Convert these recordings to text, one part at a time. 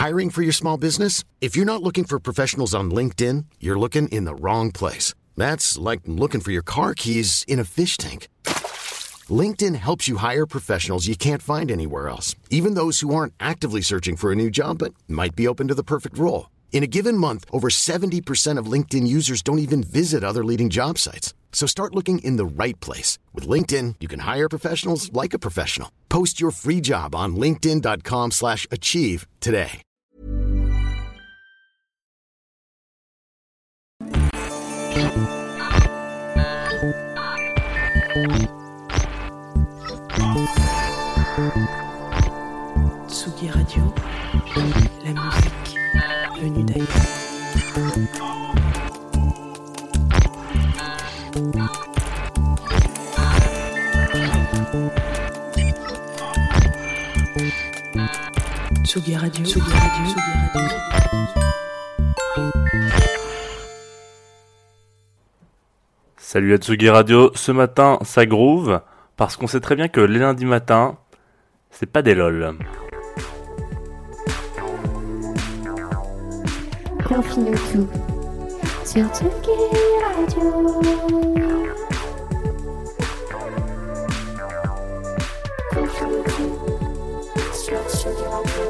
Hiring for your small business? If you're not looking for professionals on LinkedIn, you're looking in the wrong place. That's like looking for your car keys in a fish tank. LinkedIn helps you hire professionals you can't find anywhere else, even those who aren't actively searching for a new job but might be open to the perfect role. In a given month, over 70% of LinkedIn users don't even visit other leading job sites. So start looking in the right place. With LinkedIn, you can hire professionals like a professional. Post your free job on linkedin.com/achieve today. Tsugi Radio, la musique venue d'ailleurs. Tsugi Radio, Tsugi Radio, Tsugi Radio. Salut à Tsugi Radio, ce matin ça groove, parce qu'on sait très bien que les lundis matins, c'est pas des lol. Confine-nous tout sur Tsugi Radio. Confine-nous tout sur Tsugi Radio.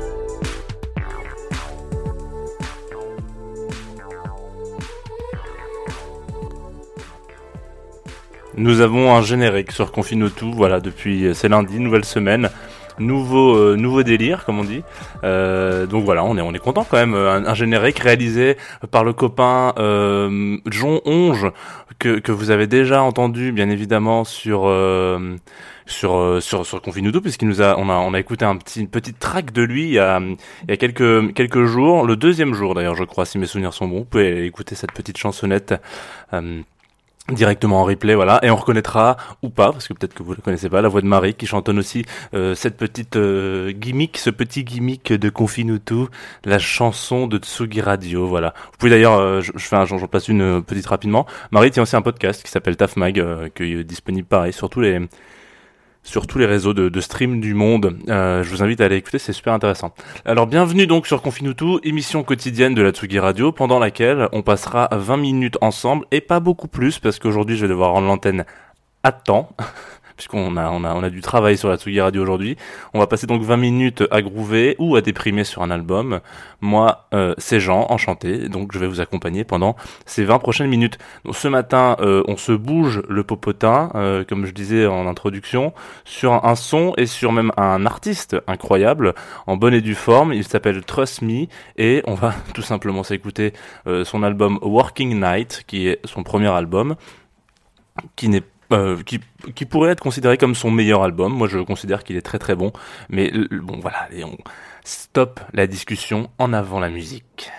Nous avons un générique sur Confine-nous tout, voilà, depuis c'est lundi, nouvelle semaine. Nouveau délire, comme on dit. Donc voilà, on est content quand même. Un générique réalisé par le copain John Onge que vous avez déjà entendu bien évidemment sur Confine-nous tout, puisqu'il on a écouté une petite track de lui il y a quelques jours, le deuxième jour d'ailleurs je crois, si mes souvenirs sont bons. Vous pouvez écouter cette petite chansonnette directement en replay, voilà, et on reconnaîtra ou pas, parce que peut-être que vous ne connaissez pas, la voix de Marie qui chantonne aussi cette petite ce petit gimmick de Confine-nous tout, la chanson de Tsugi Radio, voilà. Vous pouvez d'ailleurs, j'en passe une petite rapidement. Marie tient aussi un podcast qui s'appelle Taf Mag, qui est disponible pareil sur tous les réseaux de stream du monde. Je vous invite à aller écouter, c'est super intéressant. Alors bienvenue donc sur Confine-nous tout, émission quotidienne de la Tsugi Radio, pendant laquelle on passera 20 minutes ensemble, et pas beaucoup plus, parce qu'aujourd'hui je vais devoir rendre l'antenne à temps, puisqu'on a du travail sur la Tsugi Radio aujourd'hui. On va passer donc 20 minutes à groover ou à déprimer sur un album. Moi, c'est Jean, enchanté, donc je vais vous accompagner pendant ces 20 prochaines minutes. Donc, ce matin, on se bouge le popotin, comme je disais en introduction, sur un son et sur même un artiste incroyable, en bonne et due forme. Il s'appelle Trust Me, et on va tout simplement s'écouter son album Working Night, qui est son premier album, qui pourrait être considéré comme son meilleur album. Moi je considère qu'il est très très bon, mais bon voilà, allez, on stoppe la discussion, en avant la musique.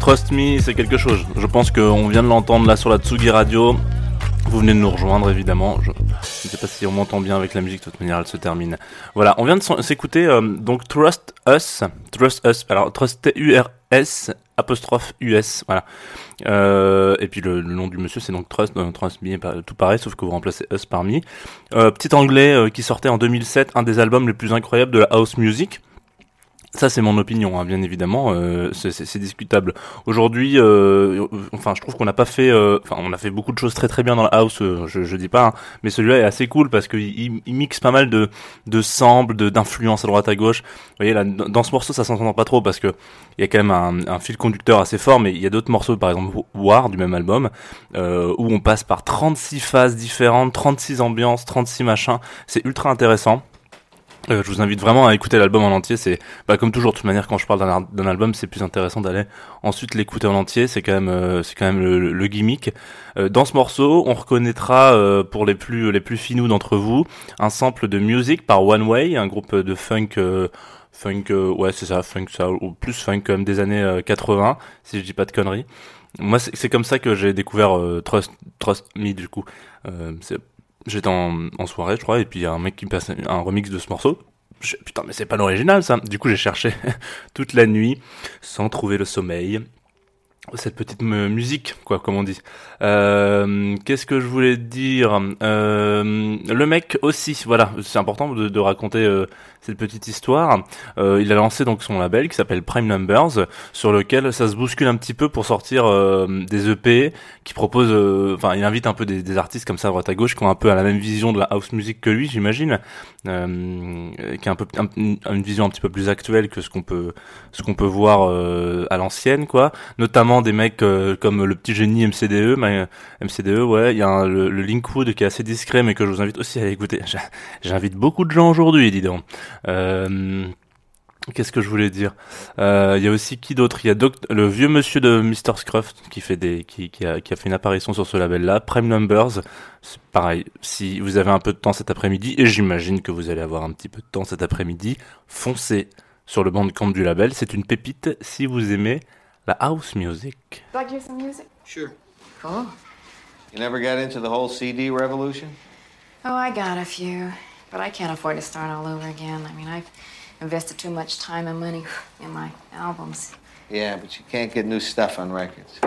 Trust Me, c'est quelque chose. Je pense qu'on vient de l'entendre là sur la Tsugi Radio. Vous venez de nous rejoindre évidemment. Je ne sais pas si on m'entend bien avec la musique, de toute manière elle se termine. Voilà, on vient de s'écouter donc Trust Us. Alors Trust T-U-R-S apostrophe US, voilà. Et puis le nom du monsieur c'est donc Trust Me, tout pareil, sauf que vous remplacez Us par Me. Petit anglais qui sortait en 2007, un des albums les plus incroyables de la house music. Ça c'est mon opinion, hein, bien évidemment, c'est discutable. Aujourd'hui, je trouve qu'on n'a pas fait, on a fait beaucoup de choses très très bien dans la house, je dis pas, hein, mais celui-là est assez cool parce qu'il mixe pas mal de samples, d'influences à droite à gauche. Vous voyez là, dans ce morceau ça s'entend pas trop parce que il y a quand même un fil conducteur assez fort, mais il y a d'autres morceaux, par exemple War du même album, où on passe par 36 phases différentes, 36 ambiances, 36 machins. C'est ultra intéressant. Je vous invite vraiment à écouter l'album en entier. C'est comme toujours, de toute manière, quand je parle d'un album, c'est plus intéressant d'aller ensuite l'écouter en entier. C'est quand même le gimmick. Dans ce morceau, on reconnaîtra pour les plus finous d'entre vous un sample de Music par One Way, un groupe de funk, ouais c'est ça, funk soul ou plus funk comme des années 80, si je dis pas de conneries. Moi, c'est comme ça que j'ai découvert Trust Me du coup. J'étais en soirée, je crois, et puis il y a un mec qui me passe un remix de ce morceau. Putain, mais c'est pas l'original, ça. Du coup, j'ai cherché toute la nuit, sans trouver le sommeil. Cette petite musique, quoi, comme on dit. Qu'est-ce que je voulais dire ? Le mec aussi, voilà, c'est important de raconter cette petite histoire. Il a lancé donc son label qui s'appelle Prime Numbers, sur lequel ça se bouscule un petit peu pour sortir des EP qui proposent, il invite un peu des artistes comme ça à droite à gauche qui ont un peu la même vision de la house music que lui, j'imagine, qui a un peu une vision un petit peu plus actuelle que ce qu'on peut voir à l'ancienne, quoi. Notamment des mecs comme le petit génie MCDE, ouais, il y a le Linkwood qui est assez discret mais que je vous invite aussi à écouter. J'invite beaucoup de gens aujourd'hui, dis donc. Qu'est-ce que je voulais dire ? Il y a aussi qui d'autre ? Il y a le vieux monsieur de Mr. Scruff qui a fait une apparition sur ce label-là, Prime Numbers. C'est pareil, si vous avez un peu de temps cet après-midi, et j'imagine que vous allez avoir un petit peu de temps cet après-midi, foncez sur le bandcamp du label. C'est une pépite si vous aimez la house music. Like you some music? Sure. Cool. You never got into the whole CD revolution? Oh, I got a few, but I can't afford to start all over again. I mean, I've invested too much time and money in my albums. Yeah, but you can't get new stuff on records.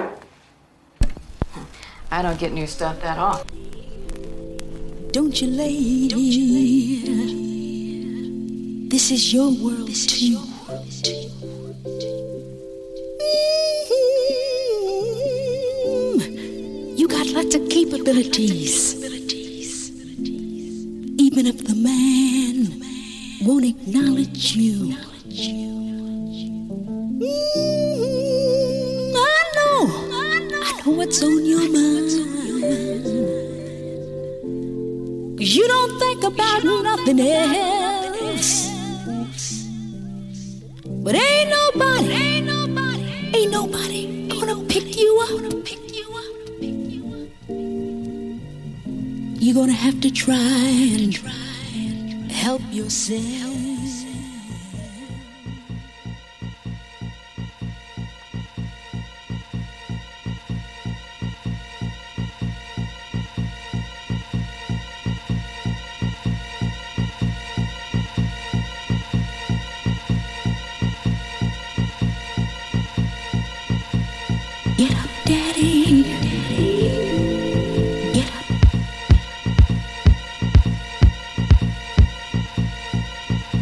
I don't get new stuff that often. Don't you, lady? This is your world too. You got lots of capabilities. Even if the man won't acknowledge you. I know what's on your mind. 'Cause you don't think about nothing else. But ain't nobody gonna pick you up. You're gonna have to try and help yourself. Get up, Daddy. Get up.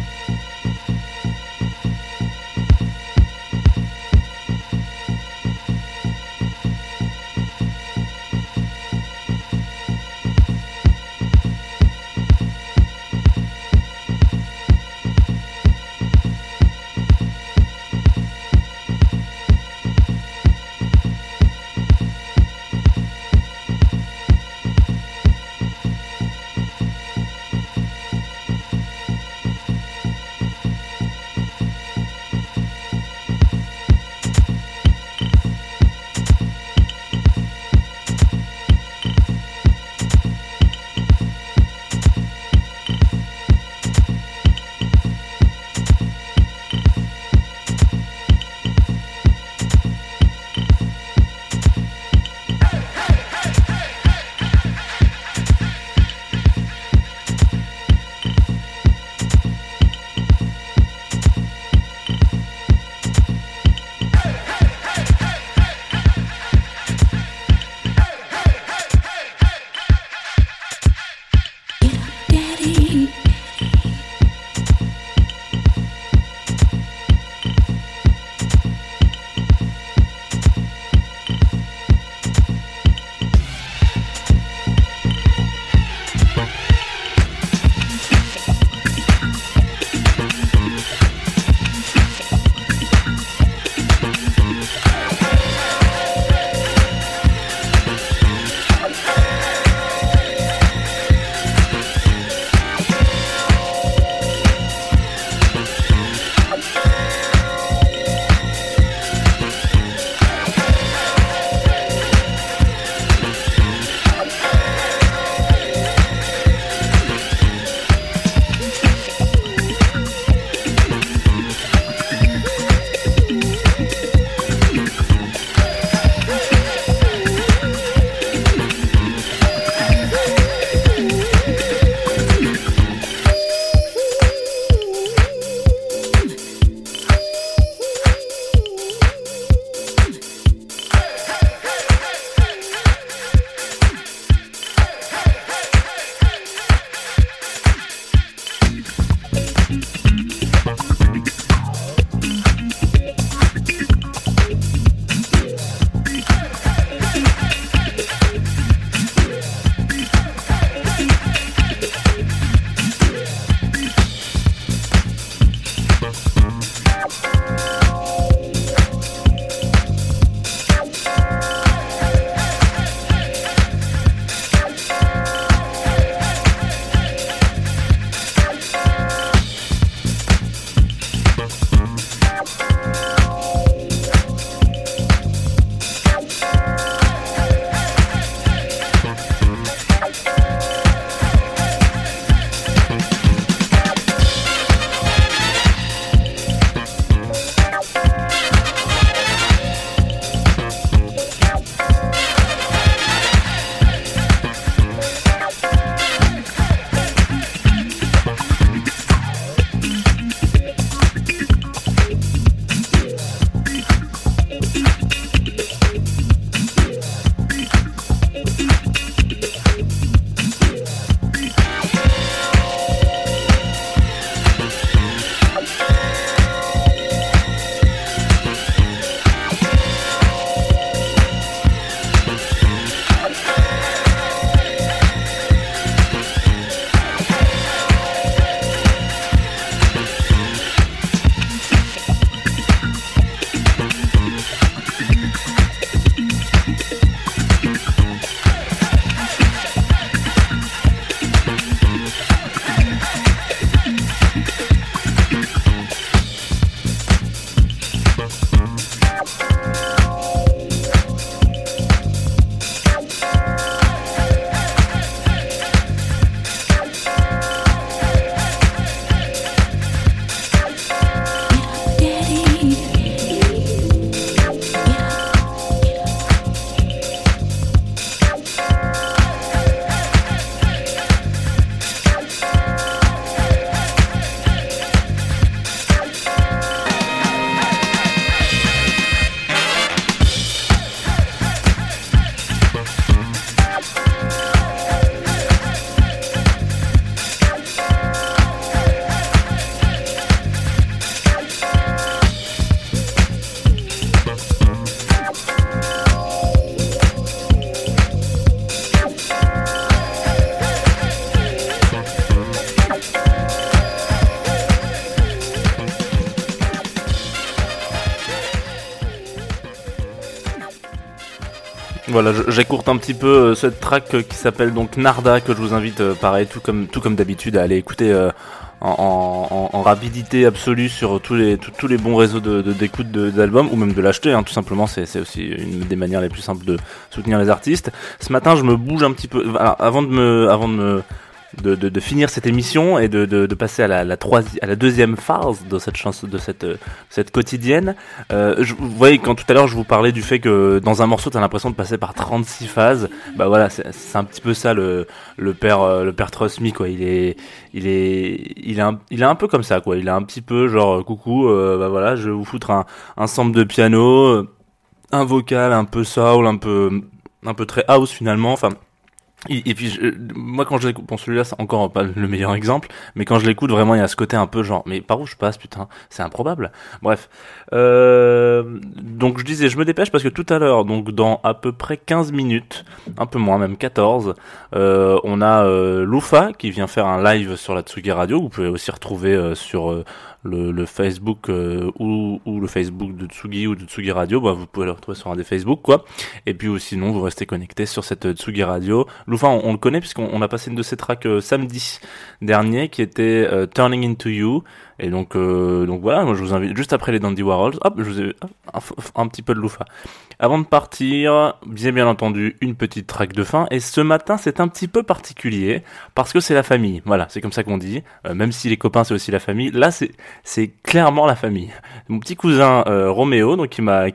Voilà, j'écourte un petit peu cette track qui s'appelle donc Narda, que je vous invite, pareil, tout comme d'habitude, à aller écouter en rapidité absolue sur tous les bons réseaux d'écoute d'albums, ou même de l'acheter, hein, tout simplement. C'est aussi une des manières les plus simples de soutenir les artistes. Ce matin, je me bouge un petit peu, alors, avant de finir cette émission et de passer à la deuxième phase de cette chanson, de cette quotidienne. Vous voyez, quand tout à l'heure je vous parlais du fait que dans un morceau t'as l'impression de passer par 36 phases, bah voilà, c'est un petit peu ça le père Trust Me, quoi. Il est un peu comme ça, quoi. Il est un petit peu genre coucou, bah voilà, je vais vous foutre un sample de piano, un vocal un peu soul, un peu très house finalement, enfin. Et puis moi quand je l'écoute, bon celui-là c'est encore pas le meilleur exemple, mais quand je l'écoute vraiment il y a ce côté un peu genre mais par où je passe, putain, c'est improbable. Bref, donc je disais je me dépêche parce que tout à l'heure, donc dans à peu près 15 minutes, un peu moins même 14, on a Lufa qui vient faire un live sur la Tsugi Radio. Vous pouvez aussi retrouver sur le Facebook ou le Facebook de Tsugi ou de Tsugi Radio, bah vous pouvez le retrouver sur un des Facebook, quoi. Et puis ou sinon vous restez connecté sur cette Tsugi Radio. Lufa, on le connaît puisqu'on a passé une de ses tracks samedi dernier qui était Turning Into You. Et donc voilà, moi je vous invite juste après les Dandy Warhols, hop, je vous ai un petit peu de Lufa. Avant de partir, bien entendu, une petite track de fin. Et ce matin, c'est un petit peu particulier parce que c'est la famille. Voilà, c'est comme ça qu'on dit. Même si les copains, c'est aussi la famille. Là, c'est clairement la famille. Mon petit cousin Roméo, donc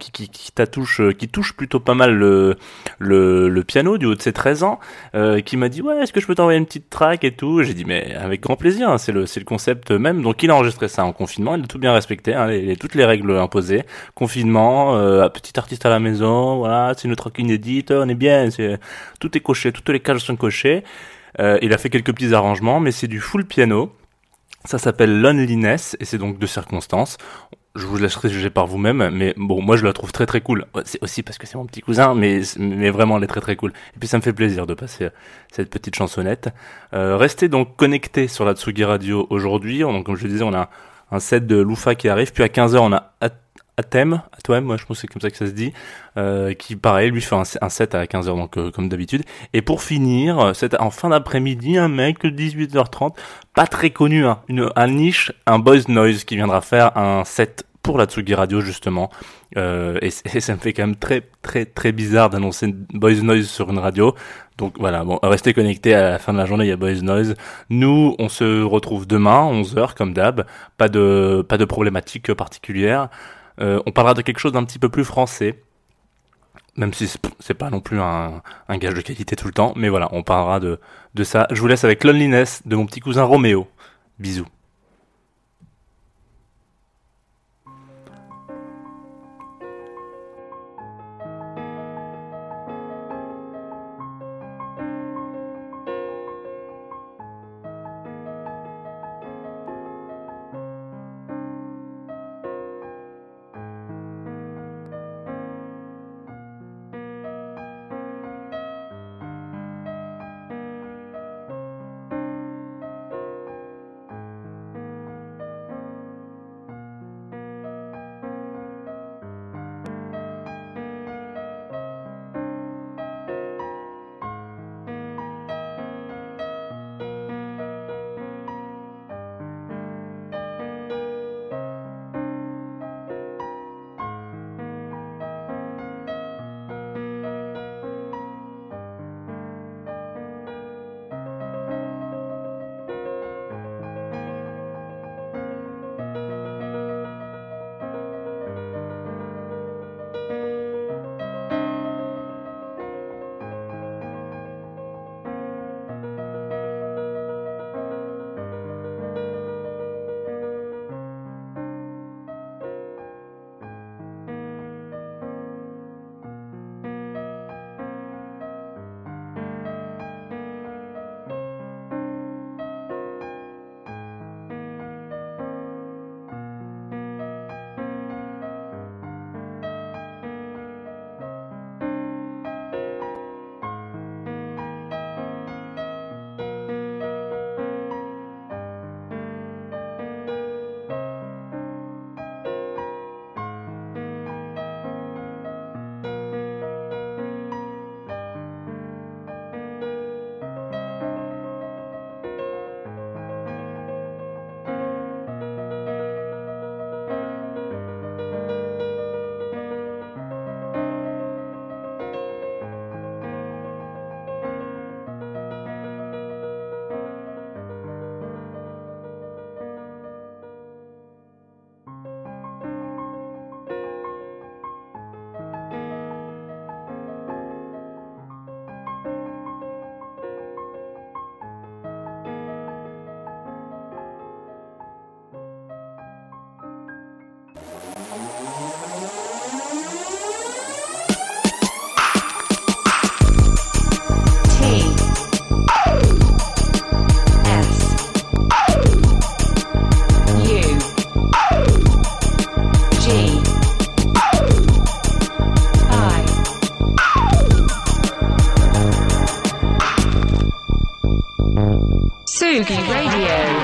qui touche plutôt pas mal le piano du haut de ses 13 ans, qui m'a dit ouais, est-ce que je peux t'envoyer une petite track et tout. J'ai dit mais avec grand plaisir. Hein, c'est le concept même. Donc il a enregistré ça en confinement. Il a tout bien respecté. Hein, toutes les règles imposées. Confinement, petit artiste à la maison. Voilà, c'est une track inédite, on est bien, tout est coché, toutes les cases sont cochées. Il a fait quelques petits arrangements, mais c'est du full piano. Ça s'appelle Loneliness et c'est donc de circonstances. Je vous laisserai juger par vous-même, mais bon, moi je la trouve très très cool. C'est aussi parce que c'est mon petit cousin, mais vraiment elle est très très cool. Et puis ça me fait plaisir de passer cette petite chansonnette. Restez donc connectés sur la Tsugi Radio aujourd'hui. Donc comme je le disais, on a un set de Lufa qui arrive, puis à 15h on a Atem, moi je pense que c'est comme ça que ça se dit, qui pareil lui fait un set à 15h donc comme d'habitude. Et pour finir, c'est en fin d'après-midi un mec de 18h30, pas très connu, hein, un niche, un Boys Noise qui viendra faire un set pour la Tsugi Radio justement. Et ça me fait quand même très très très bizarre d'annoncer Boys Noise sur une radio. Donc voilà, bon, restez connectés, à la fin de la journée, il y a Boys Noise. Nous, on se retrouve demain, 11h, comme d'hab. Pas de problématique particulière. On parlera de quelque chose d'un petit peu plus français. Même si c'est pas non plus un gage de qualité tout le temps. Mais voilà, on parlera de ça. Je vous laisse avec Loneliness de mon petit cousin Roméo. Bisous. Tsugi Radio.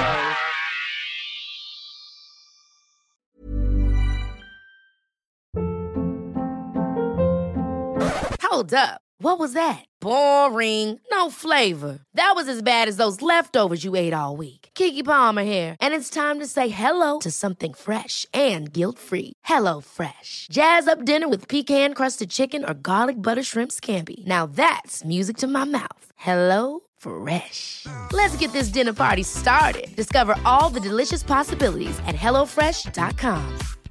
Hold up. What was that? Boring. No flavor. That was as bad as those leftovers you ate all week. Keke Palmer here, and it's time to say hello to something fresh and guilt-free. Hello Fresh. Jazz up dinner with pecan-crusted chicken or garlic butter shrimp scampi. Now that's music to my mouth. Hello Fresh. Let's get this dinner party started. Discover all the delicious possibilities at HelloFresh.com.